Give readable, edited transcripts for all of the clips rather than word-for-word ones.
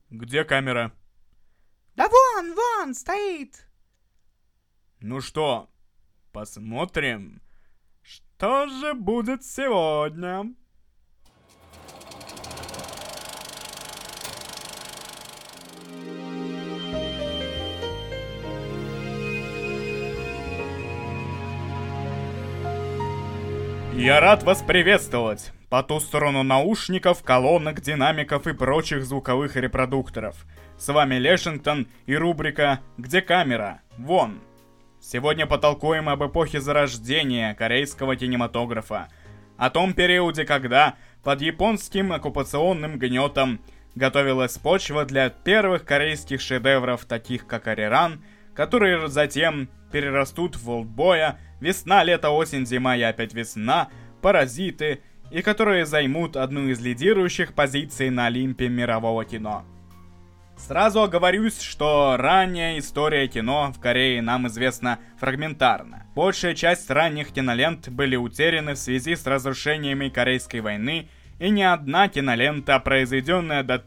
Где камера? Да вон стоит. Ну что, посмотрим, что же будет сегодня. Я рад вас приветствовать по ту сторону наушников, колонок, динамиков и прочих звуковых репродукторов. С вами Лешингтон и рубрика «Где камера? Вон!». Сегодня потолкуем об эпохе зарождения корейского кинематографа, о том периоде, когда под японским оккупационным гнетом готовилась почва для первых корейских шедевров, таких как «Ариран», которые затем перерастут в «Олдбоя», «Весна, лето, осень, зима и опять весна», «Паразиты», и которые займут одну из лидирующих позиций на Олимпе мирового кино. Сразу оговорюсь, что ранняя история кино в Корее нам известна фрагментарно. Большая часть ранних кинолент были утеряны в связи с разрушениями Корейской войны, и ни одна кинолента, произведенная до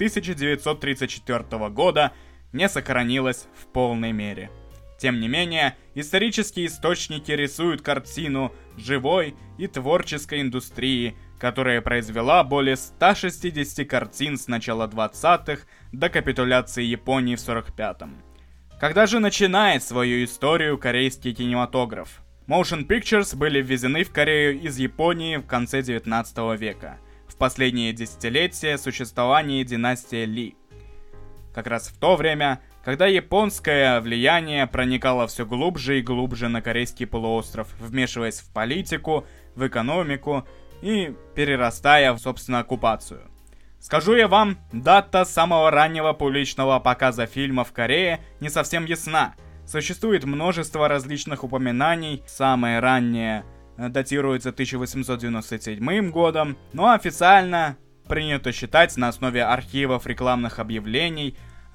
1934 года, не сохранилась в полной мере. Тем не менее, исторические источники рисуют картину живой и творческой индустрии, которая произвела более 160 картин с начала 20-х до капитуляции Японии в 45-м. Когда же начинает свою историю корейский кинематограф? Motion Pictures были ввезены в Корею из Японии в конце 19 века, в последние десятилетия существования династии Ли. Как раз в то время, когда японское влияние проникало все глубже и глубже на корейский полуостров, вмешиваясь в политику, в экономику и перерастая в, собственно, оккупацию. Скажу я вам, дата самого раннего публичного показа фильма в Корее не совсем ясна. Существует множество различных упоминаний, самое раннее датируется 1897 годом, но официально принято считать на основе архивов рекламных объявлений,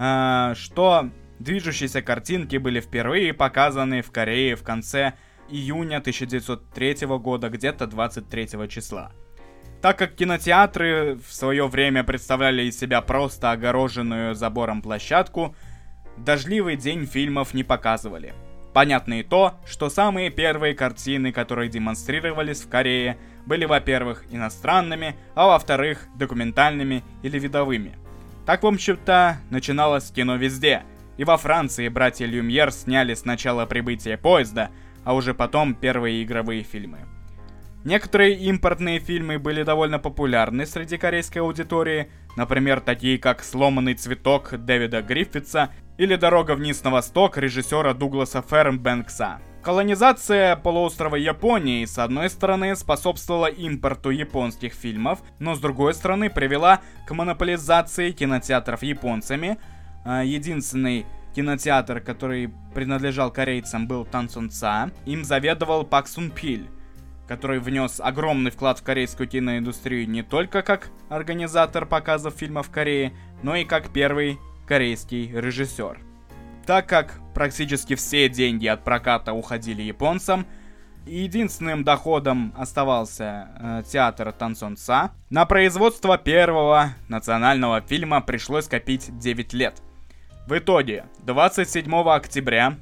что движущиеся картинки были впервые показаны в Корее в конце июня 1903 года, где-то 23 числа. Так как кинотеатры в свое время представляли из себя просто огороженную забором площадку, дождливый день фильмов не показывали. Понятно и то, что самые первые картины, которые демонстрировались в Корее, были, во-первых, иностранными, а во-вторых, документальными или видовыми. Так, в общем-то, начиналось кино везде. И во Франции братья Люмьер сняли сначала «Прибытие поезда», а уже потом первые игровые фильмы. Некоторые импортные фильмы были довольно популярны среди корейской аудитории, например, такие как «Сломанный цветок» Дэвида Гриффитса или «Дорога вниз на восток» режиссера Дугласа Фэрнбэнкса. Колонизация полуострова Японии, с одной стороны, способствовала импорту японских фильмов, но с другой стороны привела к монополизации кинотеатров японцами. Единственный кинотеатр, который принадлежал корейцам, был Тансонца. Им заведовал Пак Сун Пиль, который внес огромный вклад в корейскую киноиндустрию не только как организатор показов фильмов в Корее, но и как первый корейский режиссер. Так как практически все деньги от проката уходили японцам, и единственным доходом оставался театр Тансонца, на производство первого национального фильма пришлось копить 9 лет. В итоге, 27 октября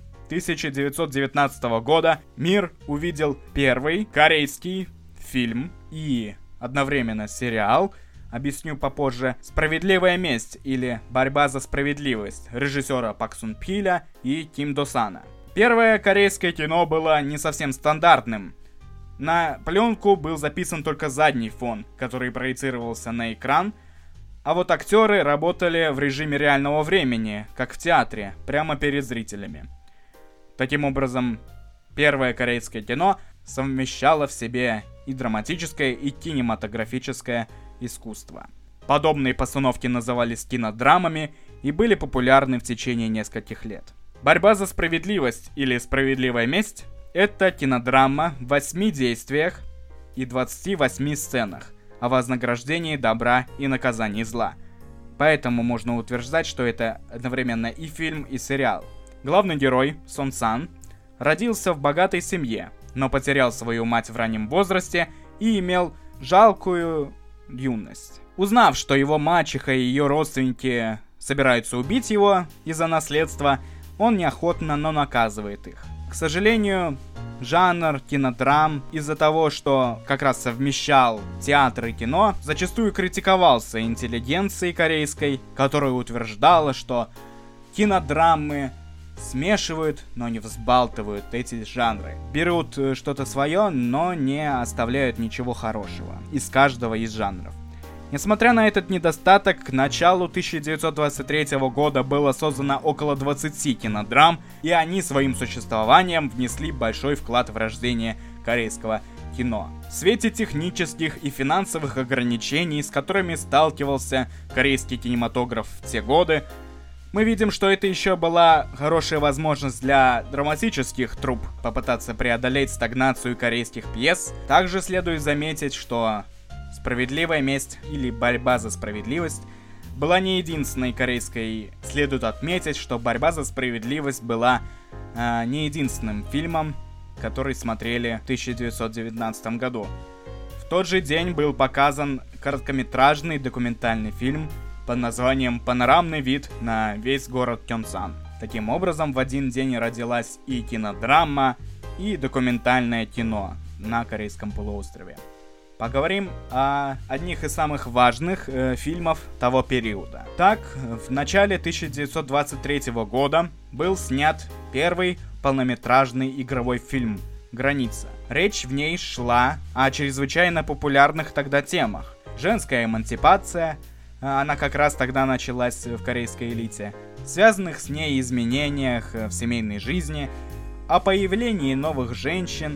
1919 года мир увидел первый корейский фильм и одновременно сериал, объясню попозже, «Справедливая месть» или «Борьба за справедливость» режиссера Пак Сун Пиля и Ким До Сана. Первое корейское кино было не совсем стандартным. На пленку был записан только задний фон, который проецировался на экран, а вот актеры работали в режиме реального времени, как в театре, прямо перед зрителями. Таким образом, первое корейское кино совмещало в себе и драматическое, и кинематографическое искусство. Подобные постановки назывались кинодрамами и были популярны в течение нескольких лет. «Борьба за справедливость» или «Справедливая месть» — это кинодрама в 8 действиях и 28 сценах о вознаграждении добра и наказании зла. Поэтому можно утверждать, что это одновременно и фильм, и сериал. Главный герой, Сон Сан, родился в богатой семье, но потерял свою мать в раннем возрасте и имел жалкую юность. Узнав, что его мачеха и ее родственники собираются убить его из-за наследства, он неохотно, но наказывает их. К сожалению, жанр кинодрам из-за того, что как раз совмещал театр и кино, зачастую критиковался интеллигенцией корейской, которая утверждала, что кинодрамы смешивают, но не взбалтывают эти жанры. Берут что-то свое, но не оставляют ничего хорошего из каждого из жанров. Несмотря на этот недостаток, к началу 1923 года было создано около 20 кинодрам, и они своим существованием внесли большой вклад в рождение корейского кино. В свете технических и финансовых ограничений, с которыми сталкивался корейский кинематограф в те годы, мы видим, что это еще была хорошая возможность для драматических труп попытаться преодолеть стагнацию корейских пьес. Также следует заметить, что «Справедливая месть» или «Борьба за справедливость» была не единственной корейской. Следует отметить, что «Борьба за справедливость» была не единственным фильмом, который смотрели в 1919 году. В тот же день был показан короткометражный документальный фильм под названием «Панорамный вид на весь город Кёнсан». Таким образом, в один день родилась и кинодрама, и документальное кино на Корейском полуострове. Поговорим о одних из самых важных фильмов того периода. Так, в начале 1923 года был снят первый полнометражный игровой фильм «Граница». Речь в ней шла о чрезвычайно популярных тогда темах. Женская эмансипация, она как раз тогда началась в корейской элите, связанных с ней изменениях в семейной жизни, о появлении новых женщин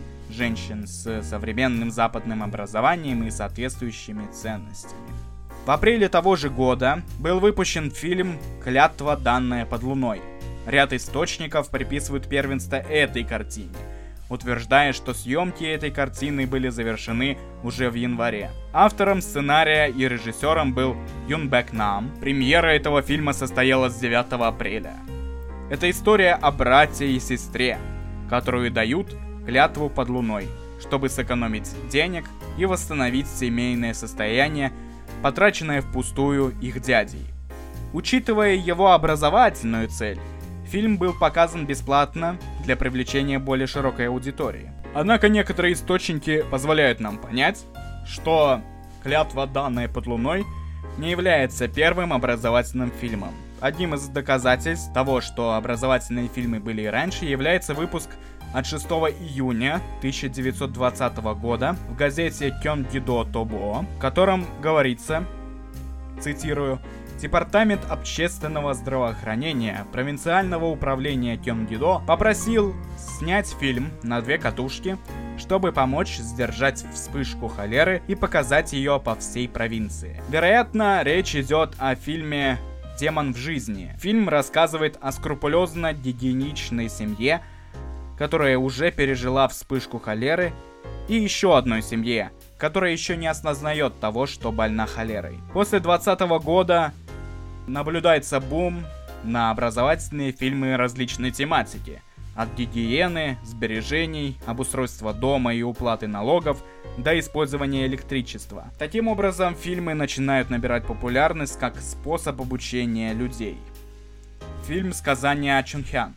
с современным западным образованием и соответствующими ценностями. В апреле того же года был выпущен фильм «Клятва, данная под луной». Ряд источников приписывают первенство этой картине, утверждая, что съемки этой картины были завершены уже в январе. Автором сценария и режиссером был Юн Бэк Нам. Премьера этого фильма состоялась 9 апреля. Это история о брате и сестре, которую дают клятву под луной, чтобы сэкономить денег и восстановить семейное состояние, потраченное впустую их дядей. Учитывая его образовательную цель, фильм был показан бесплатно для привлечения более широкой аудитории. Однако некоторые источники позволяют нам понять, что «Клятва, данная под луной» не является первым образовательным фильмом. Одним из доказательств того, что образовательные фильмы были и раньше, является выпуск от 6 июня 1920 года в газете Кёнгидо Тобо, в котором говорится, цитирую, «Департамент общественного здравоохранения провинциального управления Кёнгидо попросил снять фильм на 2 катушки, чтобы помочь сдержать вспышку холеры и показать ее по всей провинции». Вероятно, речь идет о фильме «Демон в жизни». Фильм рассказывает о скрупулезно-гигиеничной семье, которая уже пережила вспышку холеры, и еще одной семье, которая еще не осознает того, что больна холерой. После 2020 года наблюдается бум на образовательные фильмы различной тематики. От гигиены, сбережений, обустройства дома и уплаты налогов до использования электричества. Таким образом, фильмы начинают набирать популярность как способ обучения людей. Фильм «Сказание о Чунхян».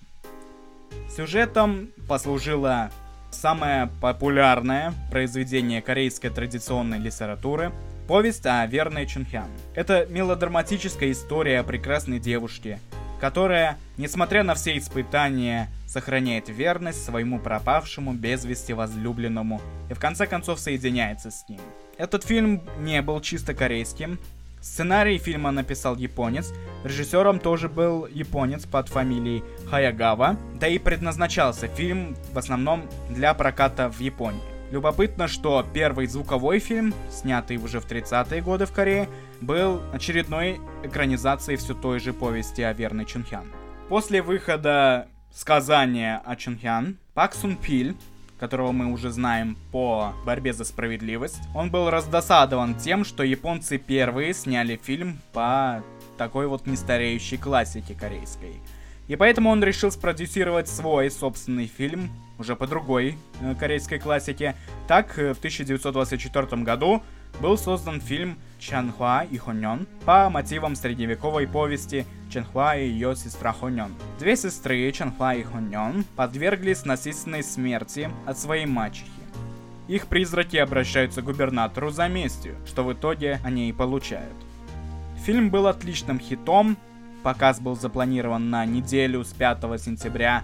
Сюжетом послужило самое популярное произведение корейской традиционной литературы — повесть о верной Чунхян. Это мелодраматическая история о прекрасной девушке, которая, несмотря на все испытания, сохраняет верность своему пропавшему без вести возлюбленному и в конце концов соединяется с ним. Этот фильм не был чисто корейским. Сценарий фильма написал японец, режиссером тоже был японец под фамилией Хаягава, да и предназначался фильм в основном для проката в Японии. Любопытно, что первый звуковой фильм, снятый уже в 30-е годы в Корее, был очередной экранизацией все той же повести о верной Чунхян. После выхода «Сказания о Чунхян» Пак Сун Пиль, которого мы уже знаем по «Борьбе за справедливость», он был раздосадован тем, что японцы первые сняли фильм по такой вот нестареющей классике корейской. И поэтому он решил спродюсировать свой собственный фильм, уже по другой корейской классике. Так, в 1924 году был создан фильм «Чанхуа и Хонён» по мотивам средневековой повести «Чанхуа и ее сестра Хонён». Две сестры, Чанхуа и Хонён, подверглись насильственной смерти от своей мачехи. Их призраки обращаются к губернатору за местью, что в итоге они и получают. Фильм был отличным хитом, показ был запланирован на неделю с 5 сентября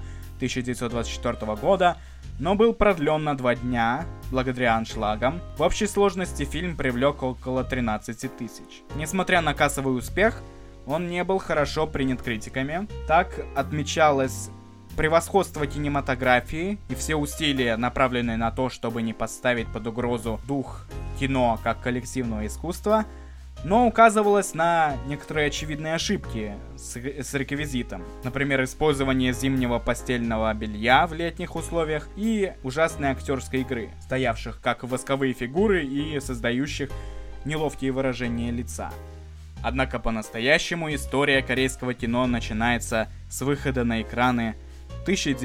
1924 года, но был продлен на 2 дня благодаря аншлагам. В общей сложности фильм привлек около 13 тысяч. Несмотря на кассовый успех, он не был хорошо принят критиками. Так отмечалось превосходство кинематографии и все усилия, направленные на то, чтобы не поставить под угрозу дух кино как коллективного искусства, но указывалось на некоторые очевидные ошибки с реквизитом. Например, использование зимнего постельного белья в летних условиях и ужасной актерской игры, стоявших как восковые фигуры и создающих неловкие выражения лица. Однако по-настоящему история корейского кино начинается с выхода на экраны в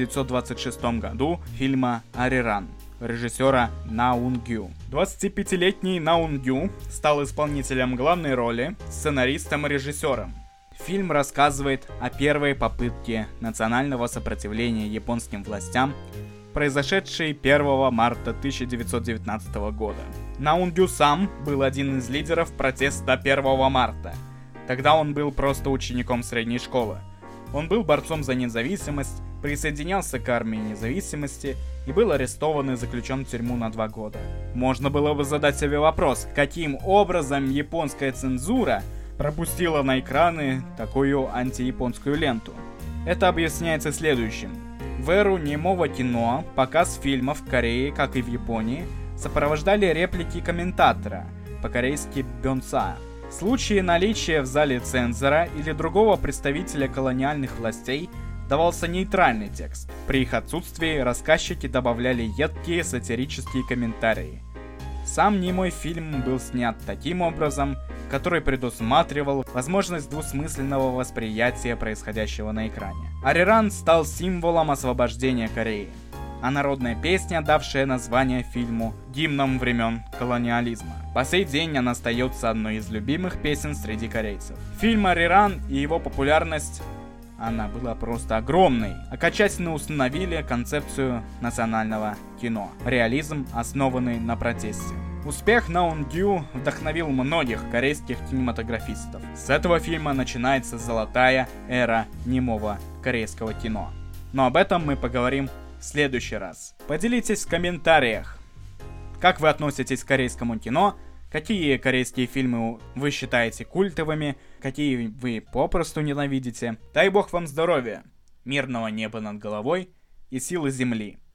1926 году фильма «Ариран» режиссера На Ун-гю. 25-летний На Ун-гю стал исполнителем главной роли, сценаристом и режиссером. Фильм рассказывает о первой попытке национального сопротивления японским властям, произошедшей 1 марта 1919 года. На Ун-гю сам был один из лидеров протеста 1 марта. Тогда он был просто учеником средней школы. Он был борцом за независимость, присоединялся к армии независимости и был арестован и заключен в тюрьму на 2 года. Можно было бы задать себе вопрос, каким образом японская цензура пропустила на экраны такую антияпонскую ленту. Это объясняется следующим. В эру немого кино показ фильмов в Корее, как и в Японии, сопровождали реплики комментатора, по-корейски бёнса. В случае наличия в зале цензора или другого представителя колониальных властей давался нейтральный текст. При их отсутствии рассказчики добавляли едкие сатирические комментарии. Сам немой фильм был снят таким образом, который предусматривал возможность двусмысленного восприятия происходящего на экране. Ариран стал символом освобождения Кореи, а народная песня, давшая название фильму, гимном времен колониализма. По сей день она остается одной из любимых песен среди корейцев. Фильм «Ариран» и его популярность, она была просто огромной, окончательно установили концепцию национального кино. Реализм, основанный на протесте. Успех На Ун-гю вдохновил многих корейских кинематографистов. С этого фильма начинается золотая эра немого корейского кино. Но об этом мы поговорим в следующий раз. Поделитесь в комментариях, как вы относитесь к корейскому кино, какие корейские фильмы вы считаете культовыми, какие вы попросту ненавидите. Дай бог вам здоровья, мирного неба над головой и силы земли.